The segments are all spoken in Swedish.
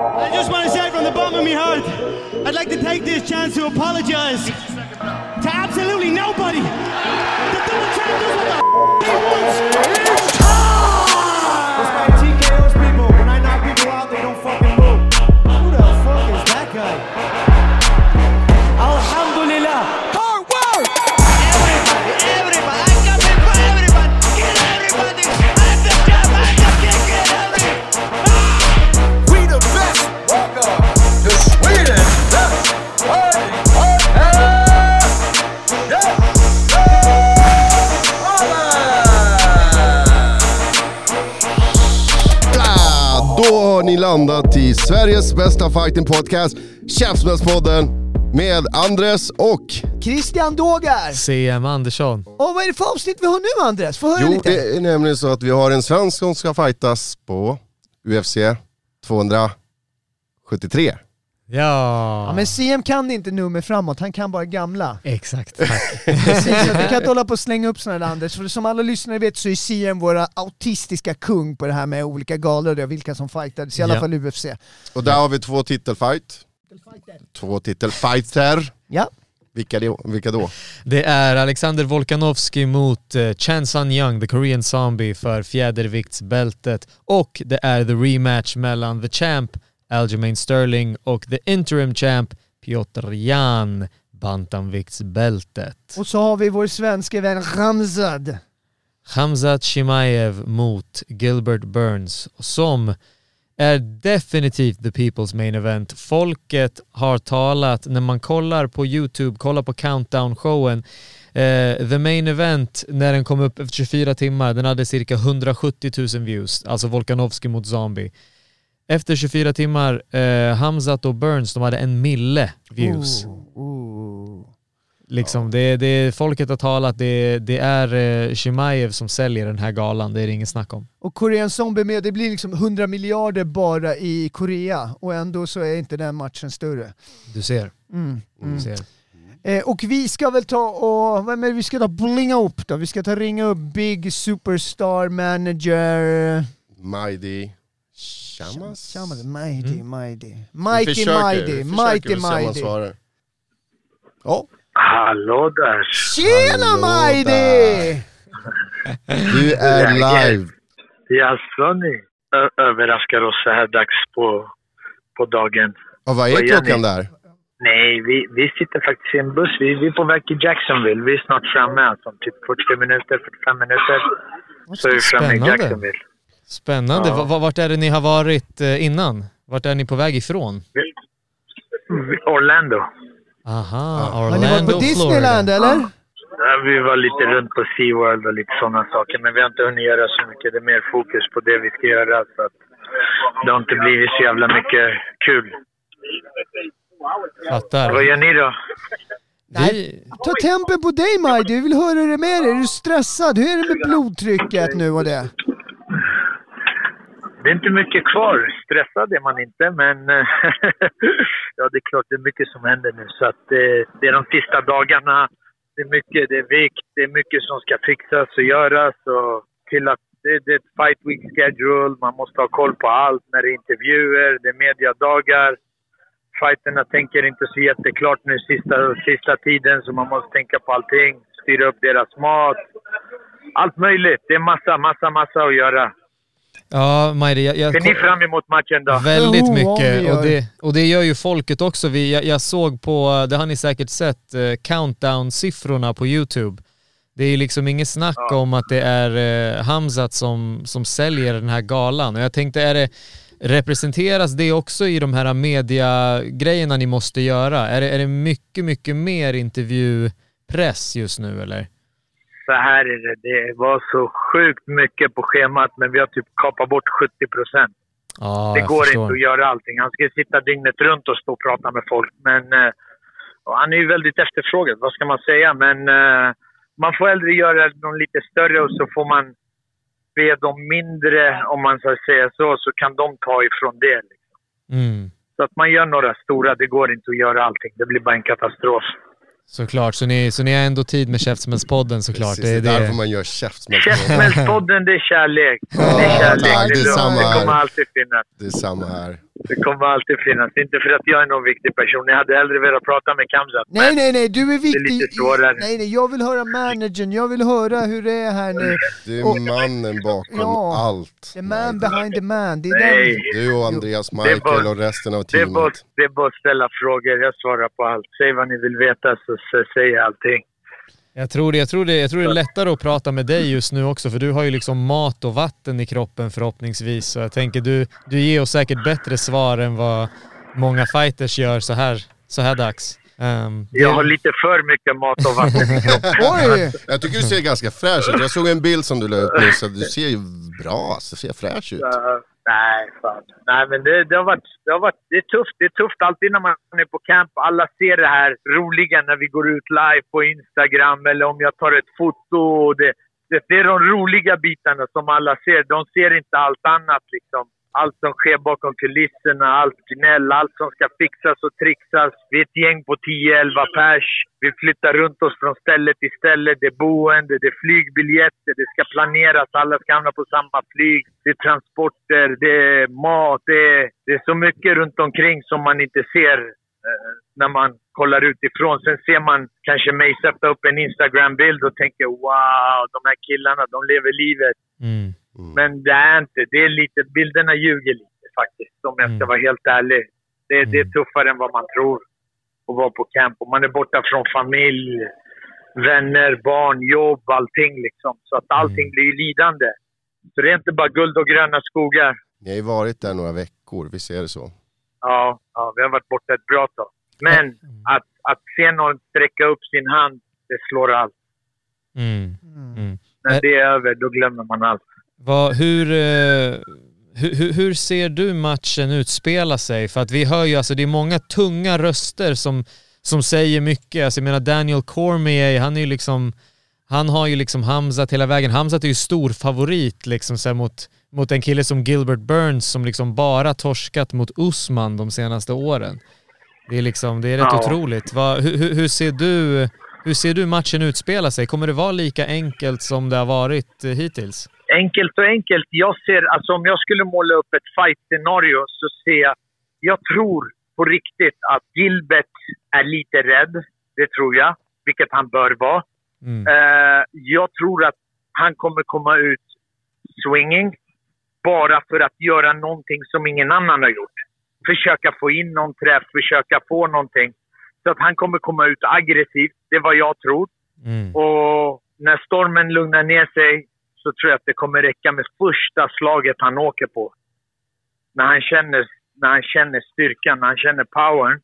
I just want to say from the bottom of my heart, I'd like to take this chance to apologize to absolutely nobody. The double champ does what the he wants. It's time! This man TKO's people. When I knock people out, they don't fucking move. Who the fuck is that guy? Alhamdulillah. Hard work! Everybody, I come in for everybody. Get everybody. I'm the champ, I'm the king, get everybody. We the best. Welcome to Sweden. Party. Då har ni landat i Sveriges bästa fighting podcast, Käftsmällspodden, med Andres och Christian Dågar. CM Andersson. Och vad är det för avsnitt vi har nu, Andres? Få höra Jo, lite. det är nämligen så att vi har en svensk som ska fightas på UFC 273. Ja, men CM kan inte nummer framåt, han kan bara gamla. Exakt. Precis, så vi kan inte hålla på och slänga upp sådana där, Anders. För som alla lyssnare vet så är CM våra autistiska kung på det här med olika galor och vilka som fightades, i alla fall UFC. Och där har vi 2 titelfight. 2 titelfighter. Ja. Vilka då? Det är Alexander Volkanovski mot Chan Sun Young, the Korean Zombie, för fjäderviktsbältet. Och det är the rematch mellan the champ Aljamain Sterling och the interim champ Piotr Jan, bantamviktsbältet. Och så har vi vår svenska vän Khamzat Chimaev mot Gilbert Burns, som är definitivt the people's main event. Folket har talat, när man kollar på YouTube, kollar på countdown-showen, the main event, när den kom upp efter 24 timmar, den hade cirka 170 000 views, alltså Volkanovski mot Zombie. Efter 24 timmar, Khamzat och Burns, de hade 1 mille views. Liksom, det folket har talat, det är Chimaev som säljer den här galan, det är det ingen snack om. och Korean Zombie med, det blir liksom 100 miljarder bara i Korea, och ändå så är inte den matchen större. Du ser. Du ser. Och vi ska väl vi ska blinga upp då. Vi ska ringa upp Big Superstar Manager Mighty Shamas? Mighty. Ja. Hallå där. Tjena Mighty! Du är live. Jaså ni överraskar oss så här dags på dagen. Och vad är klockan där? Nej, vi sitter faktiskt i en buss. Vi är på väg till Jacksonville. Vi är snart framme, alltså, typ 45 minuter. Så är vi framme i Jacksonville. Spännande. Ja. Vart är det ni har varit innan? Vart är ni på väg ifrån? Orlando. Aha, Har Orlando, ni varit på Disneyland Florida. eller? Ja, vi var lite runt på SeaWorld och lite sådana saker. Men vi har inte hunnit göra så mycket. Det är mer fokus på det vi ska göra. Så att det har inte blivit så jävla mycket kul. Fattar. Vad gör ni då? Nej, ta tempen på dig Mighty, vi vill höra hur det är med dig. Är du stressad? Hur är det med blodtrycket nu och det? Det är inte mycket kvar. Stressad är man inte, men ja, det är klart det är mycket som händer nu. Så att det är de sista dagarna. Det är mycket, det är vikt, det är mycket som ska fixas och göras. Och till att det är ett fight week schedule. Man måste ha koll på allt när det är intervjuer, det är mediadagar. Fighterna tänker inte så jätteklart nu sista tiden, så man måste tänka på allting. Styra upp deras mat. Allt möjligt. Det är massa att göra. Ja, Mighty, Ser ni fram emot matchen då? väldigt Jo, mycket. Och det gör ju folket också. Jag såg på, det har ni säkert sett, countdown-siffrorna på YouTube. Det är ju liksom inget snack om att det är Khamzat som säljer den här galan. Och jag tänkte, representeras det också i de här mediagrejerna ni måste göra? Är det mycket mer intervjupress just nu, eller? Så här är det. Det var så sjukt mycket på schemat, men vi har typ kapat bort 70%. Ja, det går förstår. inte att göra allting. Han ska sitta dygnet runt och stå och prata med folk. Men han är ju väldigt efterfrågad, vad ska man säga? Men man får hellre göra dem lite större, och så får man be dem mindre, om man ska säga så kan de ta ifrån det. Liksom. Så att man gör några stora, det går inte att göra allting. Det blir bara en katastrof. Såklart, så ni har ändå tid med Käftsmällspodden såklart. Precis, det är därför man gör Käftsmällspodden. Käftsmällspodden, det är kärlek. Det är kärlek. Det kommer alltid finnas. Det är samma här. Det kommer alltid finnas. Inte för att jag är någon viktig person. Jag hade hellre velat prata med Khamzat. Nej, du är viktig. Det är lite svårare. Nej, jag vill höra managern. Jag vill höra hur det är här nu. Det är mannen bakom allt. The man behind the man. Det är Nej. Du och Andreas Michael och resten av teamet. Det är bara att ställa frågor. Jag svarar på allt. Säg vad ni vill veta så säger jag allting. Jag tror det är lättare att prata med dig just nu också, för du har ju liksom mat och vatten i kroppen förhoppningsvis. Så jag tänker du ger oss säkert bättre svar än vad många fighters gör så här dags. Jag har lite för mycket mat och vatten i kroppen. Oj! Jag tycker du ser ganska fräsch ut. Jag såg en bild som du la upp nyss. Du ser ju bra, så ser fräsch ut. Nej, fan. Nej, men det har varit det är tufft. Det är tufft alltid när man är på camp. Alla ser det här roliga när vi går ut live på Instagram eller om jag tar ett foto. Det är de roliga bitarna som alla ser. De ser inte allt annat liksom. Allt som sker bakom kulisserna, allt gnäll, allt som ska fixas och trixas. Vi är ett gäng på 10-11 pers. Vi flyttar runt oss från ställe till ställe. Det är boende, det är flygbiljetter, det ska planeras. Alla ska hamna på samma flyg. Det är transporter, det är mat. Det är så mycket runt omkring som man inte ser när man kollar utifrån. Sen ser man kanske mig sätta upp en Instagram-bild och tänker wow, de här killarna, de lever livet. Men det är inte. Det är lite, bilderna ljuger lite faktiskt. Om jag ska vara helt ärlig. Det är tuffare än vad man tror att vara på camp. Och man är borta från familj, vänner, barn, jobb, allting liksom. Så att allting blir lidande. Så det är inte bara guld och gröna skogar. Ni har ju varit där några veckor, vi ser det så. Ja, vi har varit borta ett bra tag. Men att se någon sträcka upp sin hand, det slår allt. När det är över, då glömmer man allt. Hur ser du matchen utspela sig? För att vi hör ju, alltså det är många tunga röster som säger mycket. Alltså jag menar Daniel Cormier, han har ju liksom Khamzat hela vägen. Khamzat är ju stor favorit liksom så här mot en kille som Gilbert Burns som liksom bara torskat mot Usman de senaste åren. Det är rätt otroligt. Hur ser du matchen utspela sig? Kommer det vara lika enkelt som det har varit hittills? Enkelt och enkelt. Jag ser, alltså om jag skulle måla upp ett fight-scenario så ser jag tror på riktigt att Gilbert är lite rädd. Det tror jag. Vilket han bör vara. Jag tror att han kommer komma ut swinging. Bara för att göra någonting som ingen annan har gjort. Försöka få in någon träff. Försöka få någonting. Så att han kommer komma ut aggressivt. Det är vad jag tror. Och när stormen lugnar ner sig så tror jag att det kommer räcka med första slaget han åker på. När han känner styrkan, när han känner powern.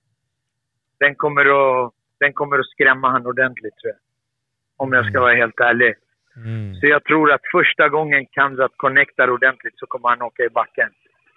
Den kommer att skrämma han ordentligt tror jag. Om jag ska vara helt ärlig. Så jag tror att första gången Khamzat connectar ordentligt så kommer han åka i backen.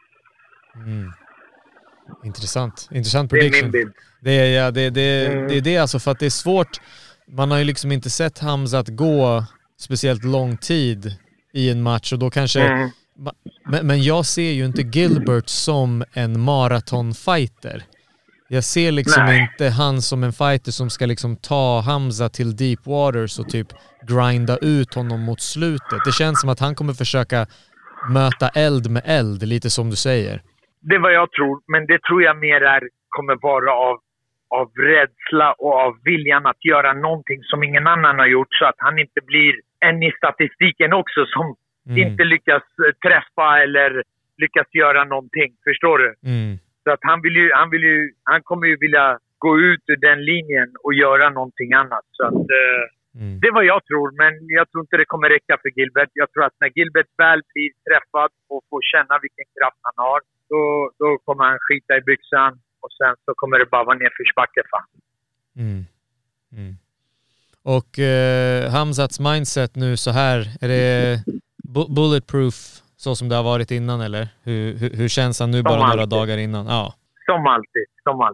Intressant prediction. Det är min bild. Det är det alltså, för att det är svårt. Man har ju liksom inte sett Khamzat gå speciellt lång tid i en match och då kanske men jag ser ju inte Gilbert som en maratonfighter. Jag ser liksom inte han som en fighter som ska liksom ta Khamzat till deep waters och typ grinda ut honom mot slutet. Det känns som att han kommer försöka möta eld med eld, lite som du säger. Det är vad jag tror, men det tror jag mer kommer vara av rädsla och av viljan att göra någonting som ingen annan har gjort, så att han inte blir en i statistiken också som inte lyckas träffa eller lyckas göra någonting. Förstår du? Så att han kommer ju vilja gå ut ur den linjen och göra någonting annat. Så att det är vad jag tror, men jag tror inte det kommer räcka för Gilbert. Jag tror att när Gilbert väl blir träffad och får känna vilken kraft han har, då kommer han skita i byxan. Och sen så kommer det bara vara nedförsbacke för han. Och Khamzats mindset nu så här, är det bulletproof så som det har varit innan, eller? Hur känns han nu bara några dagar innan? Ja. Som alltid.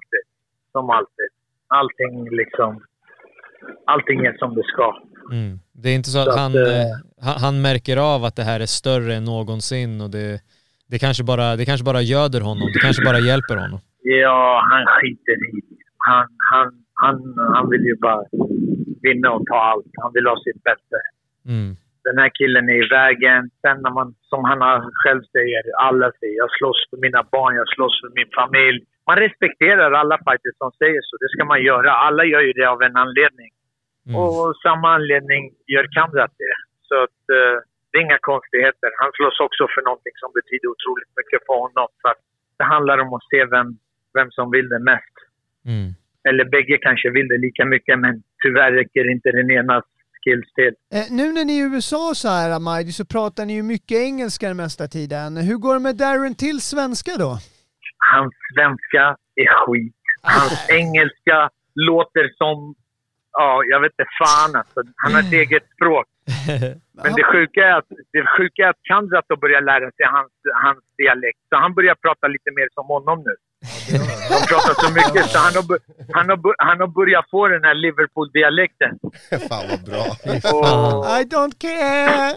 Allting är som det ska. Det är inte så att han märker av att det här är större än någonsin och det kanske bara göder honom. Det kanske bara hjälper honom. Ja, han skiter i. Han vill ju bara vinna och ta allt. Han vill ha sitt bästa. den här killen är i vägen. Sen när man, som han själv säger, alla säger, jag slåss för mina barn, jag slåss för min familj. Man respekterar alla fighters som säger så. Det ska man göra. Alla gör ju det av en anledning. Och samma anledning gör Khamzat det. Så att, det är inga konstigheter. Han slåss också för någonting som betyder otroligt mycket för honom. Så att det handlar om att se vem som vill det mest. Eller bägge kanske vill det lika mycket, men tyvärr räcker inte den ena skills till. Nu när ni är i USA så här, Mahdi, så pratar ni ju mycket engelska den mesta tiden. Hur går det med Darren till svenska då? Hans svenska är skit. Hans engelska låter som... Ja, jag vet inte fan alltså. Han har ett eget språk. Men det sjuka är att Khamzat har börjat lära sig hans dialekt. Så han börjar prata lite mer som honom nu. De pratar så mycket så han har börjat få den här Liverpool-dialekten. Fan vad bra. I don't care!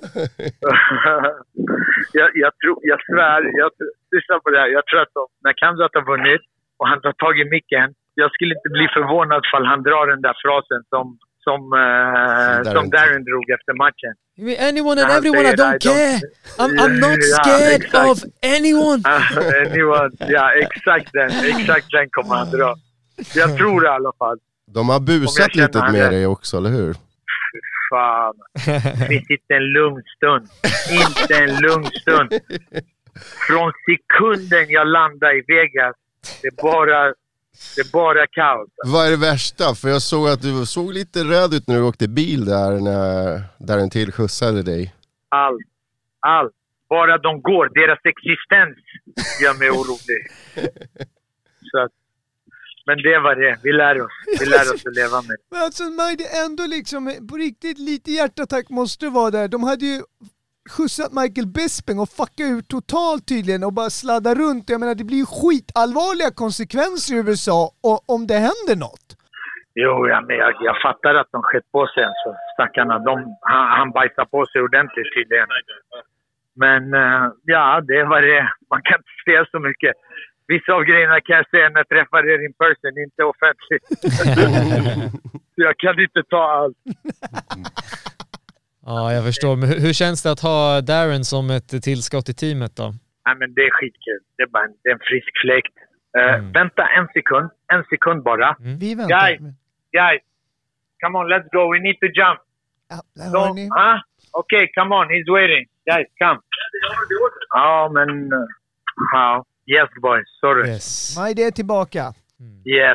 jag svär, lyssna på det här. Jag tror att när Khamzat har vunnit och han tar tag i micken, jag skulle inte bli förvånad ifall han drar den där frasen som Darren drog efter matchen. Anyone and everyone, I don't care. I'm not scared of anyone. Anyone, ja exakt den kommer han dra. Jag tror det i alla fall. De har busat lite med dig också, eller hur? Fan. Det sitter en lugn stund. Inte en lugn stund. Från sekunden jag landar i Vegas, det är bara kaos. Vad är det värsta? För jag såg att du såg lite röd ut när du åkte bil där en till skjutsade dig. Allt. Bara de går. Deras existens gör mig orolig. Så att, men det var det. Vi lär oss att leva med. Men alltså, det är ändå liksom, på riktigt lite hjärtattack måste vara där. De hade ju skjutsat Michael Bisping och fucka ut totalt tydligen och bara sladda runt. Jag menar, det blir ju skitallvarliga konsekvenser i USA om det händer något. Jo, men jag fattar att de skett på sig. Så stackarna, han bajsar på sig ordentligt tydligen. Men ja, det var det. Man kan inte säga så mycket. Vissa av grejerna kan jag säga när jag träffar er in person, inte offentligt. Jag kan inte ta allt. Ja, jag förstår. Men hur känns det att ha Darren som ett tillskott i teamet då? Ja, men det är skitkul. Det är en frisk fläkt. Vänta en sekund bara. Vi väntar. Guys, come on, let's go. We need to jump. Okay, come on, he's waiting. Guys, come. Ja, men... Yes, boys. Sorry. Yes. Mahdi är tillbaka. Yes.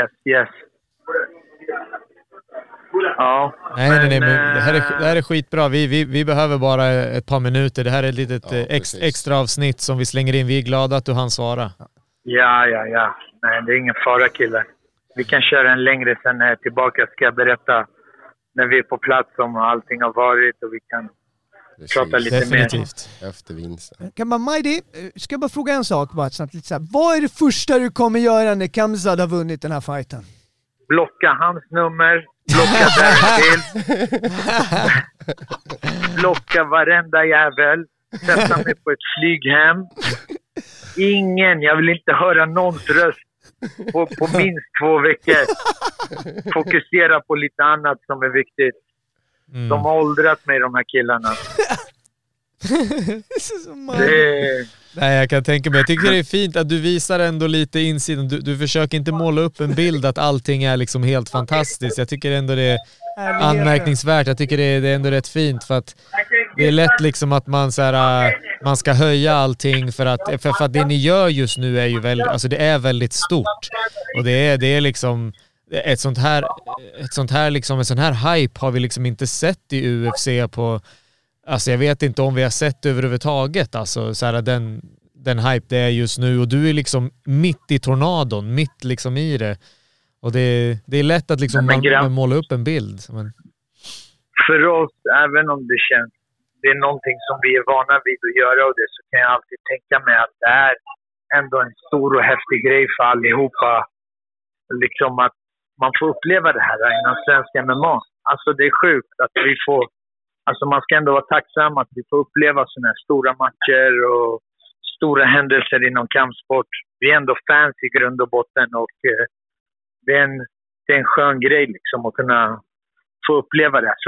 Ja. Nej, men det här är skitbra. Vi behöver bara ett par minuter. Det här är ett litet extra avsnitt som vi slänger in. Vi är glada att du hann svara. Ja. Nej, det är ingen fara, killar. Vi kan köra en längre sen när jag är tillbaka. Ska jag berätta när vi är på plats om allting har varit och vi kan prata lite definitivt mer. Efter vinsten. Kan man, Mahdi, ska jag bara fråga en sak bara snabbt lite så här. Vad är det första du kommer göra när Khamzat har vunnit den här fighten? Blocka hans nummer, blocka Darren till. Blocka varenda jävel. Sätta mig på ett flyg hem. Jag vill inte höra någons röst på minst 2 veckor. Fokusera på lite annat som är viktigt. De har åldrat mig, de här killarna. Nej, jag kan tänka mig. Jag tycker det är fint att du visar ändå lite insidan. Du försöker inte måla upp en bild att allting är liksom helt fantastiskt. Jag tycker ändå det är anmärkningsvärt. Jag tycker det är ändå rätt fint för att det är lätt liksom att man så här, man ska höja allting för att det ni gör just nu är ju väldigt, alltså det är väldigt stort. Och det är liksom en sån här hype har vi liksom inte sett i UFC på, alltså jag vet inte om vi har sett överhuvudtaget, alltså så här, den hype det är just nu, och du är liksom mitt i tornadon, mitt liksom i det, och det är lätt att liksom man måla upp en bild. Men för oss, även om det känns, det är någonting som vi är vana vid att göra, och det så kan jag alltid tänka mig att det är ändå en stor och häftig grej för allihopa, liksom att man får uppleva det här inom svensk MMA. Alltså det är sjukt att vi får, alltså man ska ändå vara tacksam att vi får uppleva såna här stora matcher och stora händelser inom kampsport. Vi är ändå fans i grund och botten, och det är en skön grej liksom att kunna få uppleva det. För oss,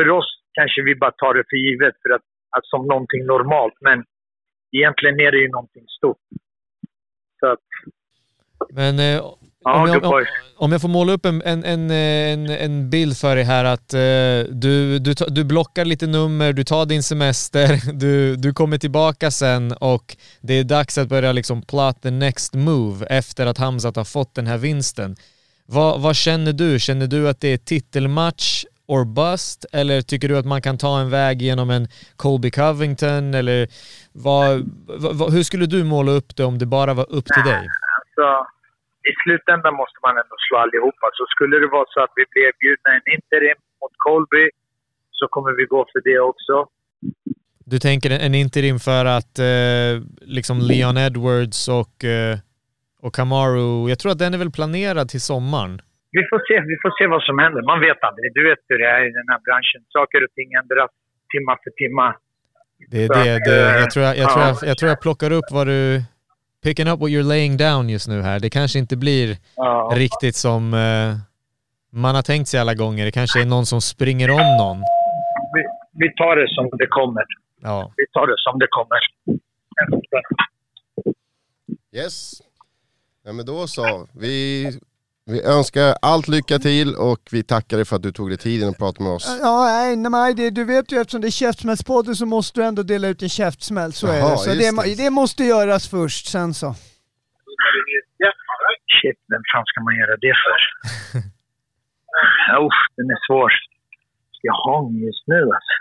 kanske vi bara tar det för givet för att som någonting normalt. Men egentligen är det ju någonting stort. Så att... Men om jag får måla upp en bild för dig här att du blockar lite nummer, du tar din semester, du kommer tillbaka sen och det är dags att börja liksom plot the next move efter att Khamzat har fått den här vinsten. Vad känner du? Känner du att det är titelmatch or bust? Eller tycker du att man kan ta en väg genom en Colby Covington? Eller hur skulle du måla upp det om det bara var upp till dig? Alltså, i slutändan måste man ändå slå allihopa. Så skulle det vara så att vi blir bjudna en interim mot Colby så kommer vi gå för det också. Du tänker en interim för att liksom Leon Edwards och Kamaru, jag tror att den är väl planerad till sommaren. Vi får se vad som händer. Man vet aldrig. Du vet hur det är i den här branschen. Saker och ting ändras timma för timma. Det är det. Jag tror jag plockar upp vad du... Picking up what you're laying down just nu här. Det kanske inte blir riktigt som man har tänkt sig alla gånger. Det kanske är någon som springer om någon. Vi tar det som det kommer. Ja. Vi tar det som det kommer. Yes. Ja, men då så. Vi önskar allt lycka till och vi tackar dig för att du tog dig tiden och pratade med oss. Ja, nej, du vet ju eftersom det är käftsmällspodden så måste du ändå dela ut en käftsmäll, så är det. Så det måste göras först, sen så. Shit, vem fan ska man göra det för? Den är svår. Ska jag ha mig just nu alltså?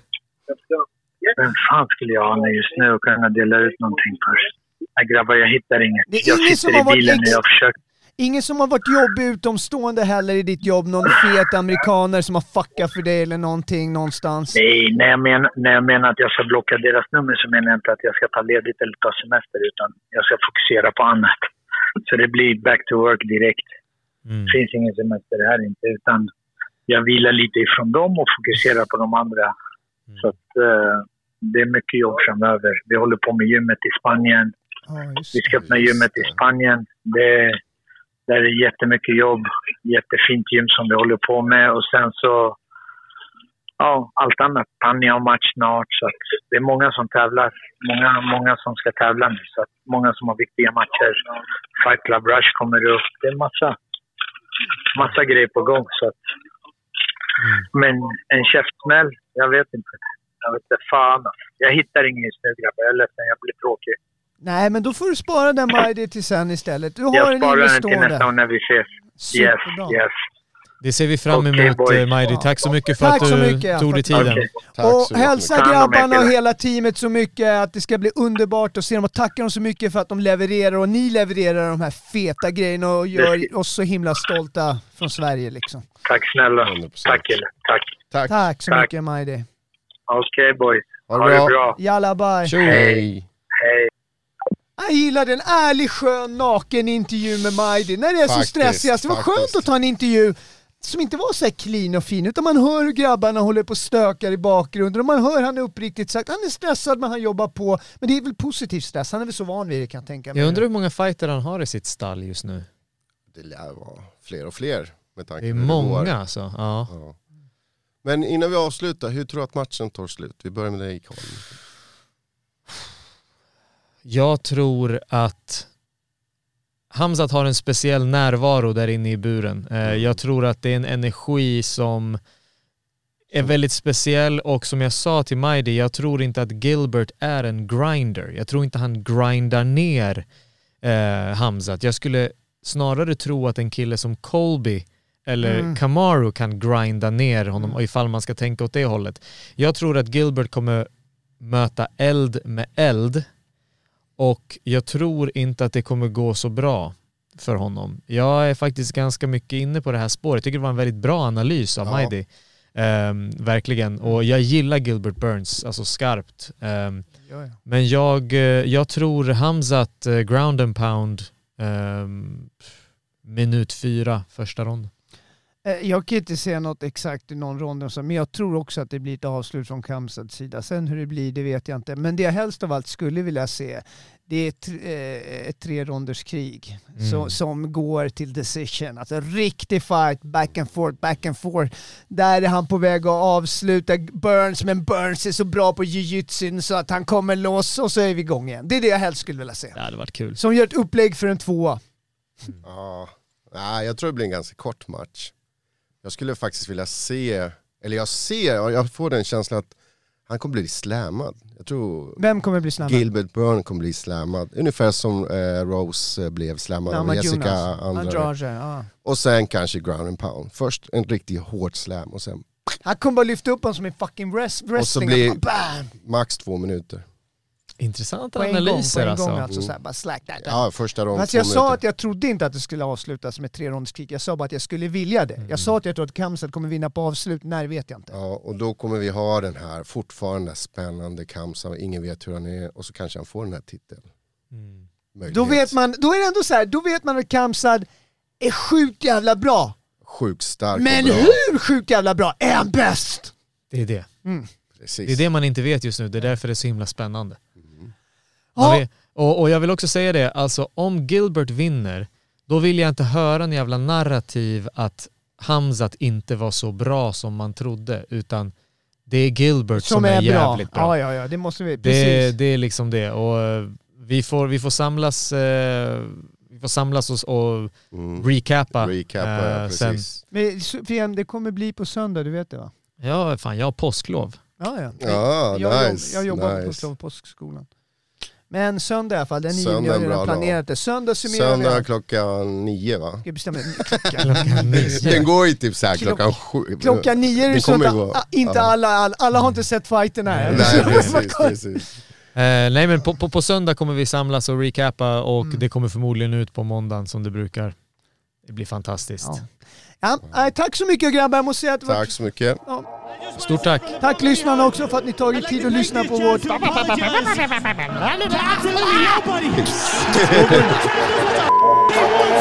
Vem fan skulle jag ha mig just nu och kunna dela ut någonting för? Nej grabbar, jag hittar inget. Jag sitter i bilen och jag har försökt. Ingen som har varit jobbig utomstående heller i ditt jobb? Någon fet amerikaner som har fuckat för dig eller någonting någonstans? Nej, när jag menar att jag ska blocka deras nummer så menar jag inte att jag ska ta ledigt eller ta semester utan jag ska fokusera på annat. Så det blir back to work direkt. Det finns ingen semester här inte utan jag vilar lite ifrån dem och fokuserar på de andra. Så att det är mycket jobb framöver. Vi håller på med gymmet i Spanien. Vi ska öppna gymmet i Spanien. Det är jättemycket jobb, jättefint gym som vi håller på med och sen så allt annat, Panja och match snart så att det är många som tävlar, många som ska tävla nu så att många som har viktiga matcher. Fight Club Rush kommer upp, det är massa grejer på gång så att men en käftsmäll, jag vet inte fan, jag hittar ingen just nu grabbar, jag är ledsen, jag blir tråkig. Nej, men då får du spara den Majdi till sen istället. Du har jag sparar den till nästa år när vi ses. Yes. Det ser vi fram emot, Majdi. Tack så mycket för att du tog dig tiden. Okay. Och hälsa grabbarna och hela teamet så mycket att det ska bli underbart att se dem och tacka dem så mycket för att de levererar och ni levererar de här feta grejerna och gör oss så himla stolta från Sverige liksom. Tack snälla. 100%. Tack så mycket Majdi. Okej boys. Ha det bra. Jalla bye. Hej. Jag gillar en ärlig, skön, naken intervju med Majdi. När det är så stressigast. Det var skönt att ta en intervju som inte var så här clean och fin. Utan man hör hur grabbarna håller på och stökar i bakgrunden. Och man hör han är uppriktigt sagt. Han är stressad men han jobbar på. Men det är väl positiv stress. Han är väl så van vid det kan jag tänka mig. Jag undrar hur många fighter han har i sitt stall just nu. Det lär vara fler och fler. Med tanke det är många alltså. Ja. Men innan vi avslutar, hur tror du att matchen tar slut? Vi börjar med dig Carl. Jag tror att Khamzat har en speciell närvaro där inne i buren. Jag tror att det är en energi som är väldigt speciell och som jag sa till Majdi, jag tror inte att Gilbert är en grinder. Jag tror inte han grindar ner Khamzat. Jag skulle snarare tro att en kille som Colby eller Kamaru kan grinda ner honom ifall man ska tänka åt det hållet. Jag tror att Gilbert kommer möta eld med eld. Och jag tror inte att det kommer gå så bra för honom. Jag är faktiskt ganska mycket inne på det här spåret. Jag tycker det var en väldigt bra analys av Majdi. Verkligen. Och jag gillar Gilbert Burns, alltså skarpt. Men jag tror Khamzat ground and pound minut 4 första ronden. Jag kan inte säga något exakt i någon rond, men jag tror också att det blir ett avslut från Khamzats sida. Sen hur det blir, det vet jag inte. Men det jag helst av allt skulle vilja se, det är ett 3-ronderskrig som går till decision. Alltså riktig fight, back and forth. Där är han på väg att avsluta Burns, men Burns är så bra på jiu-jitsu så att han kommer loss och så är vi igång igen. Det är det jag helst skulle vilja se. Det hade varit kul. Som gör ett upplägg för en 2. Ja, jag tror det blir en ganska kort match. Jag skulle faktiskt vilja se, eller jag får den känslan att han kommer bli slammad. Jag tror Vem kommer bli slammad? Gilbert Burns kommer bli slammad. Ungefär som Rose blev slammad av Jessica Andrade. Och sen kanske ground and pound. Först en riktigt hård slam och sen... Han kommer bara lyfta upp honom som en fucking wrestling. Och så blir max 2 minuter. Intressanta på analyser en gång, alltså. Så här, bara slack där. Ja, första ronden. Alltså jag sa att jag trodde inte att det skulle avslutas med 3-ronderskrig. Jag sa bara att jag skulle vilja det. Jag sa att jag tror att Khamzat kommer vinna på avslut. När vet jag inte. Ja, och då kommer vi ha den här fortfarande spännande Khamzat. Ingen vet hur han är. Och så kanske han får den här titeln. Då vet man, då är det ändå så här, då vet man att Khamzat är sjukt jävla bra. Sjukt stark. Men hur sjukt jävla bra är han bäst? Det är det. Precis. Det är det man inte vet just nu. Det är därför det är så himla spännande. Ja. Och jag vill också säga det, alltså om Gilbert vinner, då vill jag inte höra en jävla narrativ att Khamzat inte var så bra som man trodde, utan det är Gilbert som är jävligt bra. Ja, det måste vi. Precis. Det är liksom det. Och vi får samlas och recapa sen. Men Sofia, det kommer bli på söndag, du vet det va? Ja, fan, jag har påsklov. Ja. Jag jobbar på påskskolan. Men söndag i alla fall, den 9 söndag jag har redan planerat det. Söndag summerar vi. Söndag klockan 9 va? Ska jag bestämma Den går ju typ så här klockan 7. Klockan 9 är det så att inte alla har inte sett fighten här. Nej, precis. Nej men på söndag kommer vi samlas och recapa och det kommer förmodligen ut på måndagen som det brukar. Det blir fantastiskt. Ja, tack så mycket grabbar, jag måste säga att tack så mycket. Ja. Stort tack. Tack lyssnarna också för att ni tagit tid att lyssna på vårt... Absolutely nobody.